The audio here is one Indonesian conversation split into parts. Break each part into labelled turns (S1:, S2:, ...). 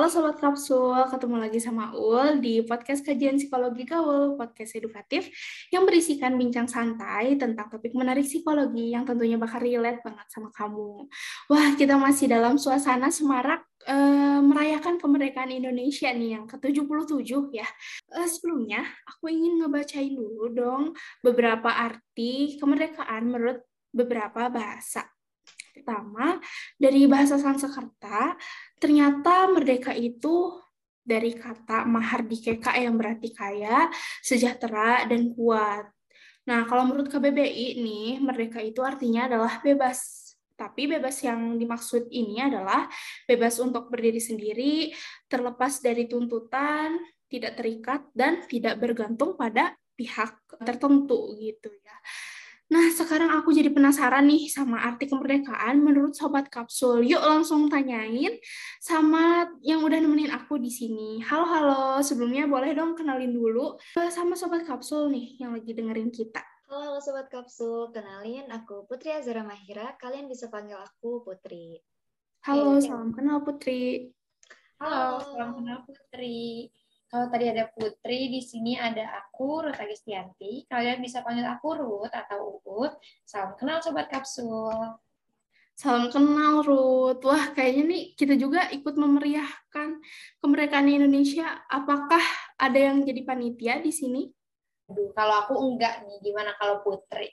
S1: Halo Sobat Kapsul, ketemu lagi sama Ul di podcast Kajian Psikologi Gaul, podcast edukatif yang berisikan bincang santai tentang topik menarik psikologi yang tentunya bakal relate banget sama kamu. Wah, kita masih dalam suasana semarak merayakan kemerdekaan Indonesia nih yang ke-77 ya. Sebelumnya, aku ingin ngebacain dulu dong beberapa arti kemerdekaan menurut beberapa bahasa. Pertama, dari bahasa Sanskerta, ternyata merdeka itu dari kata mahardikeka yang berarti kaya, sejahtera, dan kuat. Nah, kalau menurut KBBI nih, merdeka itu artinya adalah bebas. Tapi bebas yang dimaksud ini adalah bebas untuk berdiri sendiri, terlepas dari tuntutan, tidak terikat, dan tidak bergantung pada pihak tertentu gitu ya. Nah, sekarang aku jadi penasaran nih sama arti kemerdekaan menurut Sobat Kapsul. Yuk langsung tanyain sama yang udah nemenin aku di sini. Halo, halo. Sebelumnya boleh dong kenalin dulu sama Sobat Kapsul nih yang lagi dengerin kita.
S2: Halo Sobat Kapsul, kenalin aku Putri Azara Mahira, kalian bisa panggil aku Putri.
S1: Halo, salam kenal Putri.
S3: Halo, salam kenal Putri. Kalau tadi ada Putri, di sini ada aku, Ruth Agistianti. Kalian bisa panggil aku Ruth atau Uut. Salam kenal Sobat Kapsul.
S1: Salam kenal Ruth. Wah, kayaknya nih kita juga ikut memeriahkan kemerdekaan Indonesia. Apakah ada yang jadi panitia di sini?
S3: Aduh, kalau aku enggak nih, gimana kalau Putri?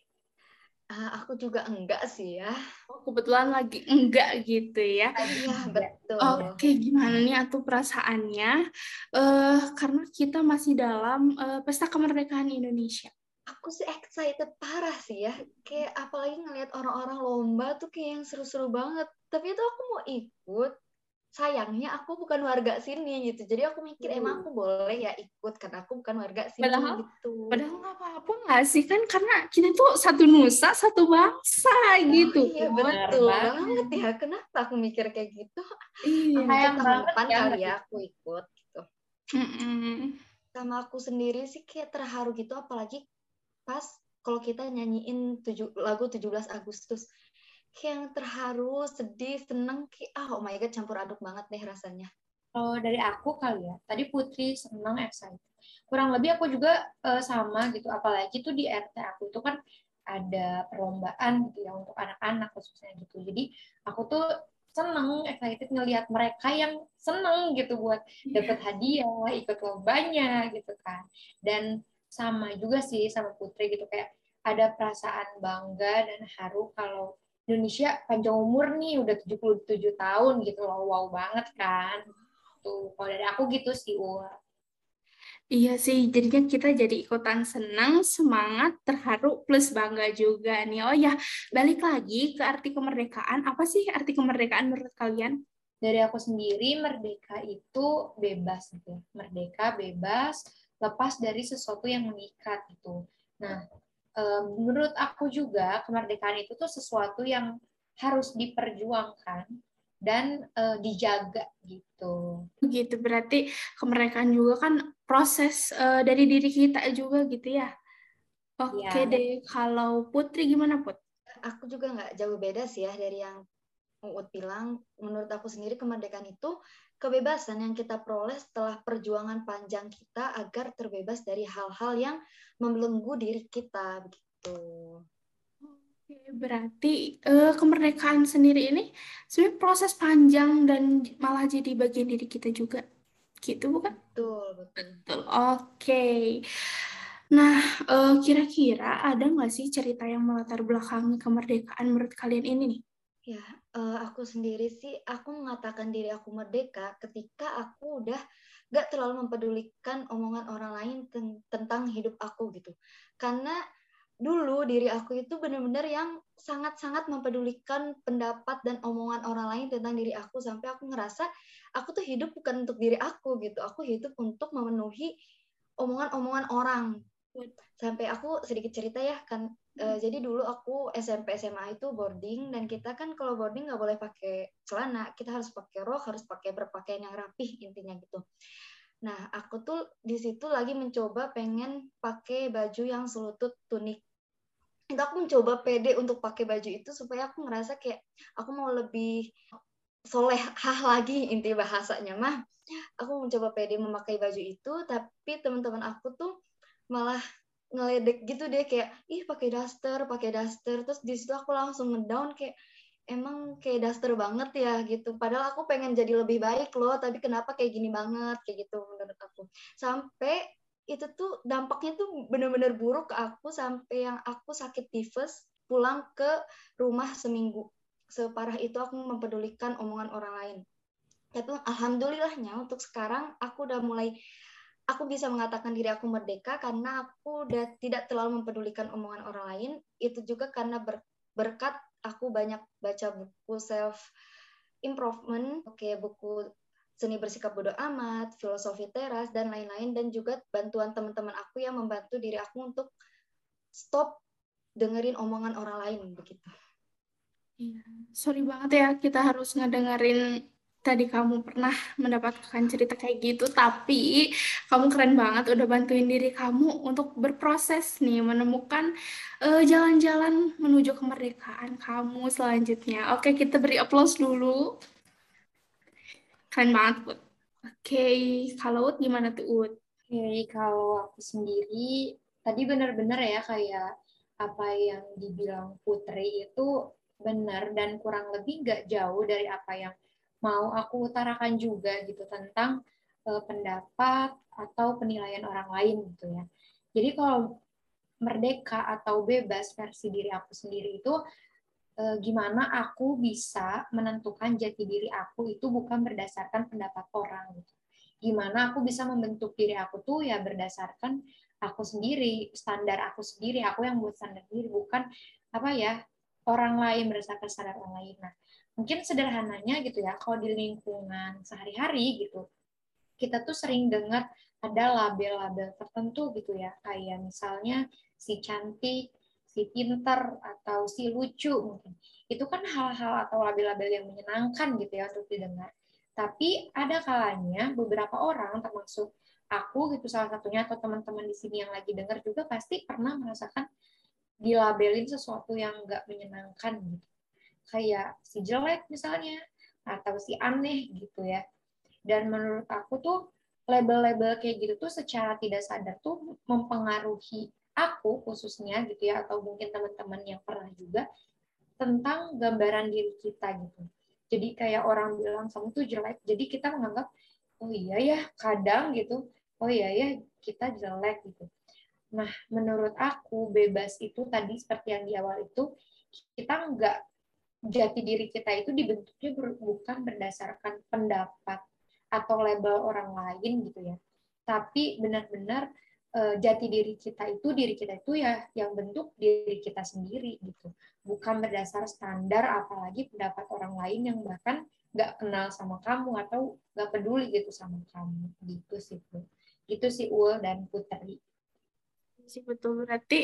S2: Aku juga enggak sih ya.
S1: Oh, kebetulan lagi enggak gitu ya.
S2: Iya, betul.
S1: Oke, gimana nih atuh perasaannya? Karena kita masih dalam Pesta Kemerdekaan Indonesia.
S2: Aku sih excited parah sih ya. Kayak apalagi ngelihat orang-orang lomba tuh kayak yang seru-seru banget. Tapi itu aku mau ikut. Sayangnya aku bukan warga sini gitu. Jadi aku mikir emang aku boleh ya ikut karena aku bukan warga sini gitu.
S1: Padahal nggak apa-apa nggak sih kan karena kita tuh satu nusa, satu bangsa gitu.
S2: Iya betul banget ya. Kenapa aku mikir kayak gitu?
S1: Iya.
S2: Mungkin tahun depan
S3: ya,
S2: kali ya aku ikut gitu.
S1: Mm-mm.
S2: Sama aku sendiri sih kayak terharu gitu, apalagi pas kalau kita nyanyiin lagu 17 Agustus. Kayak yang terharu, sedih, seneng, kayak oh my god, campur aduk banget deh rasanya.
S3: Kalau dari aku kali ya, tadi Putri senang excited. Kurang lebih aku juga sama gitu, apalagi tuh di RT aku itu kan ada perlombaan gitu ya untuk anak-anak khususnya gitu. Jadi aku tuh seneng, excited ngelihat mereka yang seneng gitu buat dapet hadiah, ikut lombanya gitu kan. Dan sama juga sih sama Putri gitu, kayak ada perasaan bangga dan haru kalau Indonesia panjang umur nih, udah 77 tahun gitu loh, wow banget kan. Tuh, kalau dari aku gitu sih,
S1: Iya sih, jadinya kita jadi ikutan senang, semangat, terharu, plus bangga juga nih. Oh ya, balik lagi ke arti kemerdekaan. Apa sih arti kemerdekaan menurut kalian?
S3: Dari aku sendiri, merdeka itu bebas gitu ya. Merdeka, bebas, lepas dari sesuatu yang mengikat gitu. Nah, menurut aku juga kemerdekaan itu tuh sesuatu yang harus diperjuangkan dan dijaga gitu.
S1: Gitu, berarti kemerdekaan juga kan proses dari diri kita juga gitu ya. Oke
S3: Ya,
S1: deh, kalau Putri gimana Put?
S2: Aku juga nggak jauh beda sih ya dari yang Uut bilang. Menurut aku sendiri kemerdekaan itu kebebasan yang kita peroleh setelah perjuangan panjang kita agar terbebas dari hal-hal yang membelenggu diri kita begitu.
S1: Oke, berarti kemerdekaan sendiri ini sebenarnya proses panjang dan malah jadi bagian diri kita juga. Gitu bukan?
S2: Betul, betul.
S1: Betul. Oke. Nah, kira-kira ada nggak sih cerita yang melatar belakangi kemerdekaan menurut kalian ini nih?
S2: Ya, aku sendiri sih, aku mengatakan diri aku merdeka ketika aku udah gak terlalu mempedulikan omongan orang lain tentang hidup aku gitu. Karena dulu diri aku itu benar-benar yang sangat-sangat mempedulikan pendapat dan omongan orang lain tentang diri aku, sampai aku ngerasa aku tuh hidup bukan untuk diri aku gitu. Aku hidup untuk memenuhi omongan-omongan orang. Sampai aku sedikit cerita ya kan, jadi dulu aku SMP SMA itu boarding, dan kita kan kalau boarding nggak boleh pakai celana, kita harus pakai rok, harus pakai berpakaian yang rapih intinya gitu. Nah aku tuh di situ lagi mencoba pengen pakai baju yang selutut tunik. Itu aku mencoba pede untuk pakai baju itu supaya aku ngerasa kayak aku mau lebih solehah lagi, inti bahasanya mah. Aku mencoba pede memakai baju itu, tapi teman-teman aku tuh malah ngeledek gitu deh, kayak ih pakai daster. Terus di situ aku langsung ngedown, kayak emang kayak daster banget ya gitu. Padahal aku pengen jadi lebih baik loh, tapi kenapa kayak gini banget, kayak gitu menurut aku. Sampai itu tuh dampaknya tuh benar-benar buruk ke aku, sampai yang aku sakit tifus, pulang ke rumah seminggu. Separah itu aku mempedulikan omongan orang lain. Tapi alhamdulillahnya untuk sekarang aku bisa mengatakan diri aku merdeka karena aku udah tidak terlalu mempedulikan omongan orang lain. Itu juga karena berkat aku banyak baca buku self improvement, kayak buku Seni Bersikap Bodo Amat, Filosofi Teras, dan lain-lain, dan juga bantuan teman-teman aku yang membantu diri aku untuk stop dengerin omongan orang lain begitu.
S1: Iya. Sorry banget ya, kita harus ngedengerin tadi kamu pernah mendapatkan cerita kayak gitu, tapi kamu keren banget udah bantuin diri kamu untuk berproses nih, menemukan jalan-jalan menuju kemerdekaan kamu selanjutnya. Oke, kita beri aplaus dulu. Keren banget, Put. Oke, kalau Ut gimana tuh, Ut?
S3: Oke, kalau aku sendiri tadi benar-benar ya kayak apa yang dibilang Putri itu benar dan kurang lebih nggak jauh dari apa yang mau aku utarakan juga gitu tentang pendapat atau penilaian orang lain gitu ya. Jadi kalau merdeka atau bebas versi diri aku sendiri itu gimana aku bisa menentukan jati diri aku itu bukan berdasarkan pendapat orang gitu. Gimana aku bisa membentuk diri aku tuh ya berdasarkan aku sendiri, standar aku sendiri, aku yang buat standar diri, bukan apa ya orang lain berdasarkan standar orang lain. Nah, mungkin sederhananya gitu ya, kalau di lingkungan sehari-hari gitu, kita tuh sering dengar ada label-label tertentu gitu ya, kayak misalnya si cantik, si pinter, atau si lucu mungkin. Itu kan hal-hal atau label-label yang menyenangkan gitu ya untuk didengar. Tapi ada kalanya beberapa orang termasuk aku gitu salah satunya atau teman-teman di sini yang lagi dengar juga pasti pernah merasakan dilabelin sesuatu yang nggak menyenangkan gitu. Kayak si jelek misalnya atau si aneh gitu ya. Dan menurut aku tuh label-label kayak gitu tuh secara tidak sadar tuh mempengaruhi aku khususnya gitu ya atau mungkin teman-teman yang pernah juga tentang gambaran diri kita gitu. Jadi kayak orang bilang kamu tuh jelek, jadi kita menganggap oh iya ya kadang gitu, oh iya ya kita jelek gitu. Nah menurut aku bebas itu tadi seperti yang di awal itu kita nggak jati diri kita itu dibentuknya bukan berdasarkan pendapat atau label orang lain gitu ya. Tapi benar-benar jati diri kita itu ya yang bentuk diri kita sendiri gitu. Bukan berdasar standar apalagi pendapat orang lain yang bahkan nggak kenal sama kamu atau nggak peduli gitu sama kamu gitu sih Bu. Gitu sih Ul dan Putri.
S1: Sih betul, berarti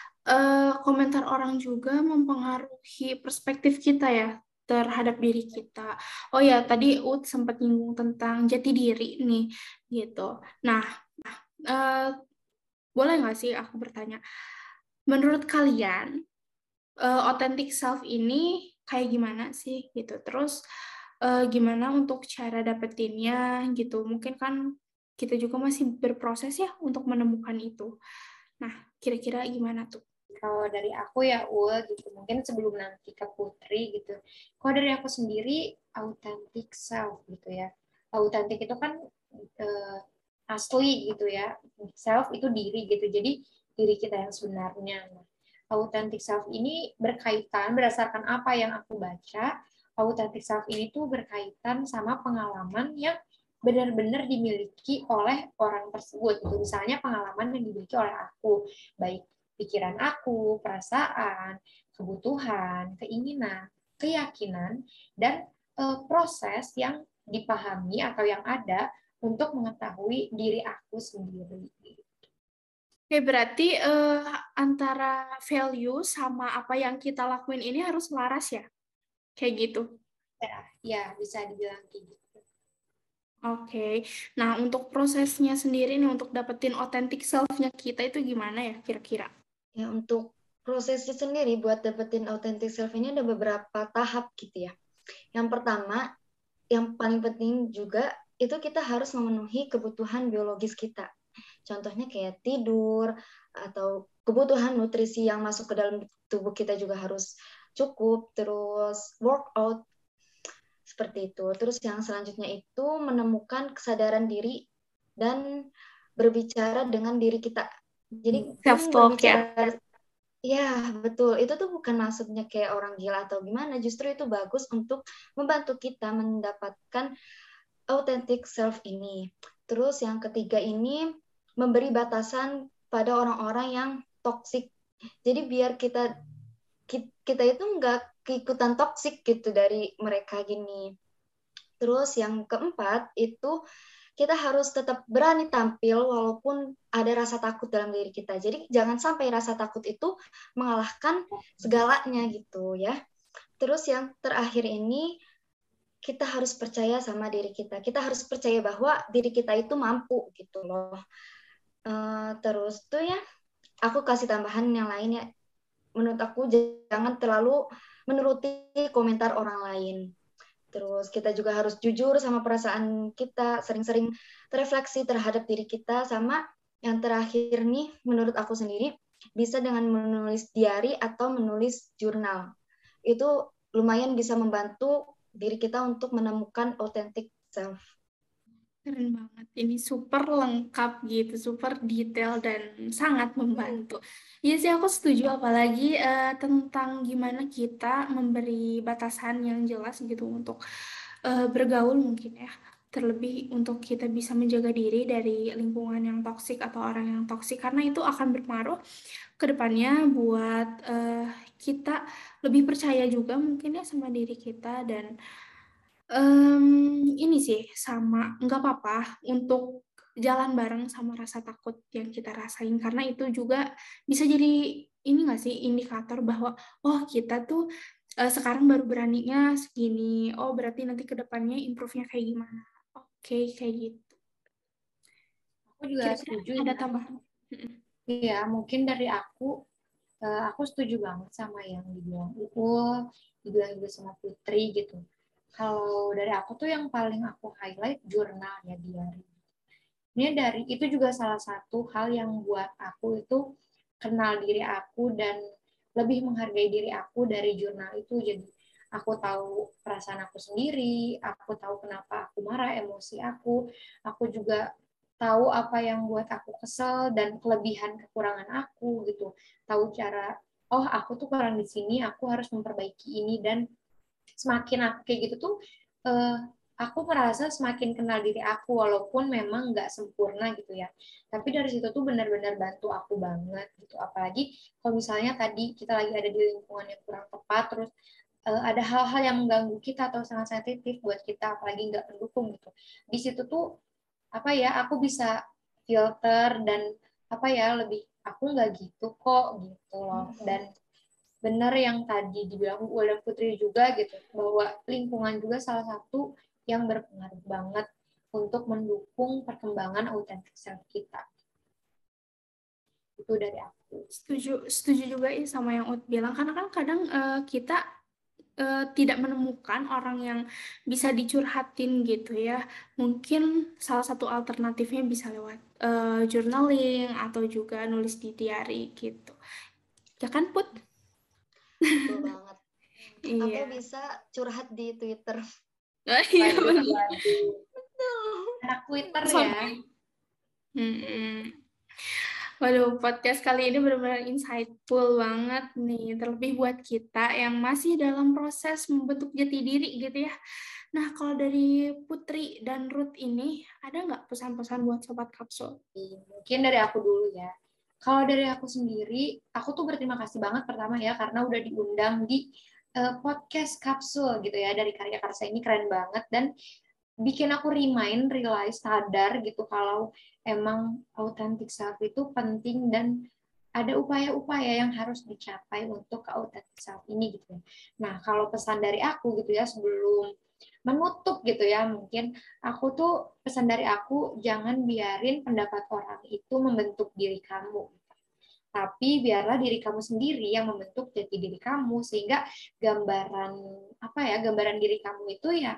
S1: komentar orang juga mempengaruhi perspektif kita ya terhadap diri kita. Oh ya, tadi Ut sempat nyinggung tentang jati diri nih, gitu. Nah, eh, boleh nggak sih aku bertanya, menurut kalian authentic self ini kayak gimana sih gitu? Terus gimana untuk cara dapetinnya gitu? Mungkin kan kita juga masih berproses ya untuk menemukan itu. Nah, kira-kira gimana tuh?
S3: Kalau dari aku ya Ul gitu mungkin sebelum nanti ke Putri gitu kalau dari aku sendiri authentic self gitu ya authentic itu kan eh, asli gitu ya self itu diri gitu jadi diri kita yang sebenarnya nah, authentic self ini berkaitan berdasarkan apa yang aku baca authentic self ini tuh berkaitan sama pengalaman yang benar-benar dimiliki oleh orang tersebut gitu. Misalnya pengalaman yang dimiliki oleh aku baik pikiran aku, perasaan, kebutuhan, keinginan, keyakinan, dan proses yang dipahami atau yang ada untuk mengetahui diri aku sendiri.
S1: Oke, berarti antara value sama apa yang kita lakuin ini harus selaras ya? Kayak gitu.
S3: Ya, ya bisa dibilang kayak gitu.
S1: Oke. Nah, untuk prosesnya sendiri nih, untuk dapetin authentic self-nya kita itu gimana ya kira-kira?
S2: Ya, untuk prosesnya sendiri buat dapetin authentic self ini ada beberapa tahap gitu ya. Yang pertama, yang paling penting juga itu kita harus memenuhi kebutuhan biologis kita. Contohnya kayak tidur atau kebutuhan nutrisi yang masuk ke dalam tubuh kita juga harus cukup, terus workout seperti itu. Terus yang selanjutnya itu menemukan kesadaran diri dan berbicara dengan diri kita. Jadi
S1: Self talk ya.
S2: berbicara, ya betul. Itu tuh bukan maksudnya kayak orang gila atau gimana. Justru itu bagus untuk membantu kita mendapatkan authentic self ini. Terus yang ketiga ini memberi batasan pada orang-orang yang toksik. Jadi biar kita itu nggak keikutan toksik gitu dari mereka gini. Terus yang keempat itu kita harus tetap berani tampil walaupun ada rasa takut dalam diri kita. Jadi jangan sampai rasa takut itu mengalahkan segalanya gitu ya. Terus yang terakhir ini kita harus percaya sama diri kita. Kita harus percaya bahwa diri kita itu mampu gitu loh. Terus tuh ya, aku kasih tambahan yang lain ya. Menurut aku jangan terlalu menuruti komentar orang lain. Terus kita juga harus jujur sama perasaan kita, sering-sering refleksi terhadap diri kita, sama yang terakhir nih menurut aku sendiri bisa dengan menulis diary atau menulis jurnal. Itu lumayan bisa membantu diri kita untuk menemukan authentic self.
S1: Keren banget. Ini super lengkap gitu, super detail dan sangat membantu. Iya sih aku setuju, apalagi tentang gimana kita memberi batasan yang jelas gitu untuk bergaul mungkin ya. Terlebih untuk kita bisa menjaga diri dari lingkungan yang toksik atau orang yang toksik, karena itu akan berpengaruh ke depannya buat kita lebih percaya juga mungkin ya sama diri kita. Dan ini sih sama nggak apa-apa untuk jalan bareng sama rasa takut yang kita rasain, karena itu juga bisa jadi ini nggak sih indikator bahwa oh kita tuh sekarang baru beraninya segini, oh berarti nanti ke depannya improve-nya kayak gimana. Oke, kayak gitu.
S3: Aku juga
S1: Kira-kira
S3: setuju
S1: ada
S3: ya.
S1: tambahan?
S3: Iya, mungkin dari aku setuju banget sama yang dibilang Uul, dibilang juga sama Putri gitu. Kalau dari aku tuh yang paling aku highlight jurnal ya, diary. Ini dari itu juga salah satu hal yang buat aku itu kenal diri aku dan lebih menghargai diri aku dari jurnal itu. Jadi aku tahu perasaan aku sendiri, aku tahu kenapa aku marah, emosi aku juga tahu apa yang buat aku kesel dan kelebihan kekurangan aku gitu. Tahu cara, oh aku tuh kurang di sini, aku harus memperbaiki ini. Dan semakin aku kayak gitu tuh aku merasa semakin kenal diri aku walaupun memang nggak sempurna gitu ya. Tapi dari situ tuh benar-benar bantu aku banget gitu. Apalagi kalau misalnya tadi kita lagi ada di lingkungan yang kurang tepat, terus ada hal-hal yang mengganggu kita atau sangat sensitif buat kita, apalagi nggak mendukung gitu. Di situ tuh apa ya, aku bisa filter dan apa ya, lebih aku nggak gitu kok gitu loh. Dan benar yang tadi dibilang oleh Putri juga gitu, bahwa lingkungan juga salah satu yang berpengaruh banget untuk mendukung perkembangan authentic self kita. Itu dari aku.
S1: Setuju juga ya sama yang Ut bilang, karena kan kadang kita tidak menemukan orang yang bisa dicurhatin gitu ya. Mungkin salah satu alternatifnya bisa lewat journaling atau juga nulis di diary gitu. Ya kan, Put?
S2: Betul banget. Atau
S1: Iya.
S2: bisa curhat di Twitter.
S1: Iya
S3: Waduh,
S1: benar.
S3: waduh. Anak Twitter ya.
S1: Hmm. Waduh, podcast kali ini benar-benar insightful banget nih, terlebih buat kita yang masih dalam proses membentuk jati diri gitu ya. Nah, kalau dari Putri dan Ruth ini, ada nggak pesan-pesan buat Sobat Kapsul?
S3: Mungkin dari aku dulu ya. Kalau dari aku sendiri, aku tuh berterima kasih banget pertama ya karena udah diundang di podcast Kapsul gitu ya, dari Karya Karsa ini keren banget dan bikin aku realize, sadar gitu kalau emang authentic self itu penting dan ada upaya-upaya yang harus dicapai untuk ke authentic self ini gitu ya. Nah, kalau pesan dari aku gitu ya sebelum menutup gitu ya, mungkin aku tuh pesan dari aku, jangan biarin pendapat orang itu membentuk diri kamu. Tapi biarlah diri kamu sendiri yang membentuk jati diri kamu, sehingga gambaran apa ya, gambaran diri kamu itu ya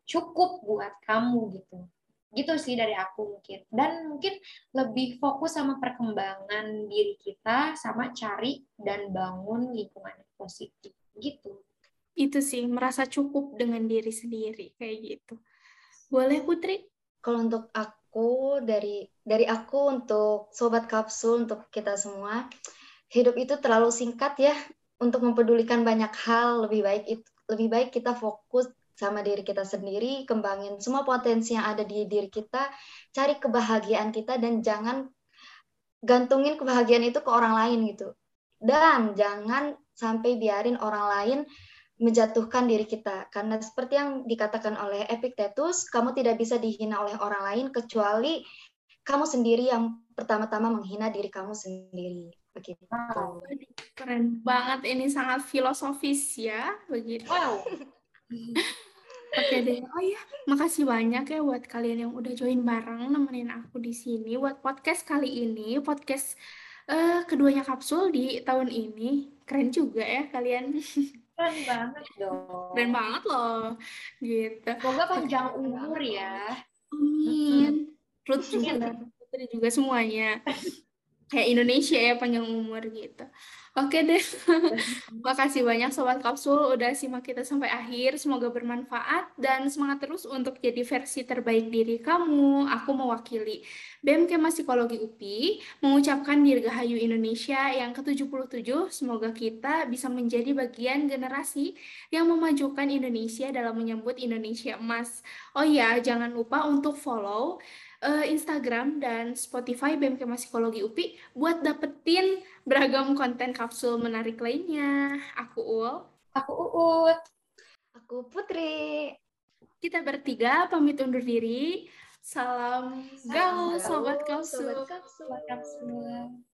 S3: cukup buat kamu gitu. Gitu sih dari aku mungkin. Dan mungkin lebih fokus sama perkembangan diri kita, sama cari dan bangun lingkungan yang positif gitu.
S1: Itu sih, merasa cukup dengan diri sendiri, kayak gitu. Boleh Putri?
S2: Kalau untuk aku, dari aku untuk Sobat Kapsul, untuk kita semua, hidup itu terlalu singkat ya untuk mempedulikan banyak hal. Lebih baik kita fokus sama diri kita sendiri, kembangin semua potensi yang ada di diri kita, cari kebahagiaan kita, dan jangan gantungin kebahagiaan itu ke orang lain gitu. Dan jangan sampai biarin orang lain menjatuhkan diri kita. Karena seperti yang dikatakan oleh Epictetus, kamu tidak bisa dihina oleh orang lain kecuali kamu sendiri yang pertama-tama menghina diri kamu sendiri. Begitu.
S3: Wow.
S1: Keren banget, ini sangat filosofis ya, begitu.
S3: Wow.
S1: Oke deh. Oh ya, makasih banyak ya buat kalian yang udah join bareng nemenin aku di sini buat podcast kali ini, podcast keduanya Kapsul di tahun ini. Keren juga ya kalian.
S3: Keren banget dong.
S1: Keren banget loh. Gitu.
S3: Semoga panjang umur ya.
S1: Amin. Ruth juga, Putri juga semuanya. Kayak Indonesia ya, panjang umur gitu. Oke deh. Makasih banyak Sobat Kapsul udah simak kita sampai akhir. Semoga bermanfaat dan semangat terus untuk jadi versi terbaik diri kamu. Aku mewakili BEM Kema Psikologi UPI mengucapkan Dirgahayu Indonesia yang ke-77. Semoga kita bisa menjadi bagian generasi yang memajukan Indonesia dalam menyambut Indonesia Emas. Oh ya, jangan lupa untuk follow Instagram dan Spotify BEM Kema Psikologi UPI buat dapetin beragam konten kapsul menarik lainnya. Aku Ul.
S3: Aku Uut.
S2: Aku Putri.
S1: Kita bertiga pamit undur diri. Salam gaul, Sobat Kapsul.
S2: Sobat Kapsul.
S3: Sobat Kapsul.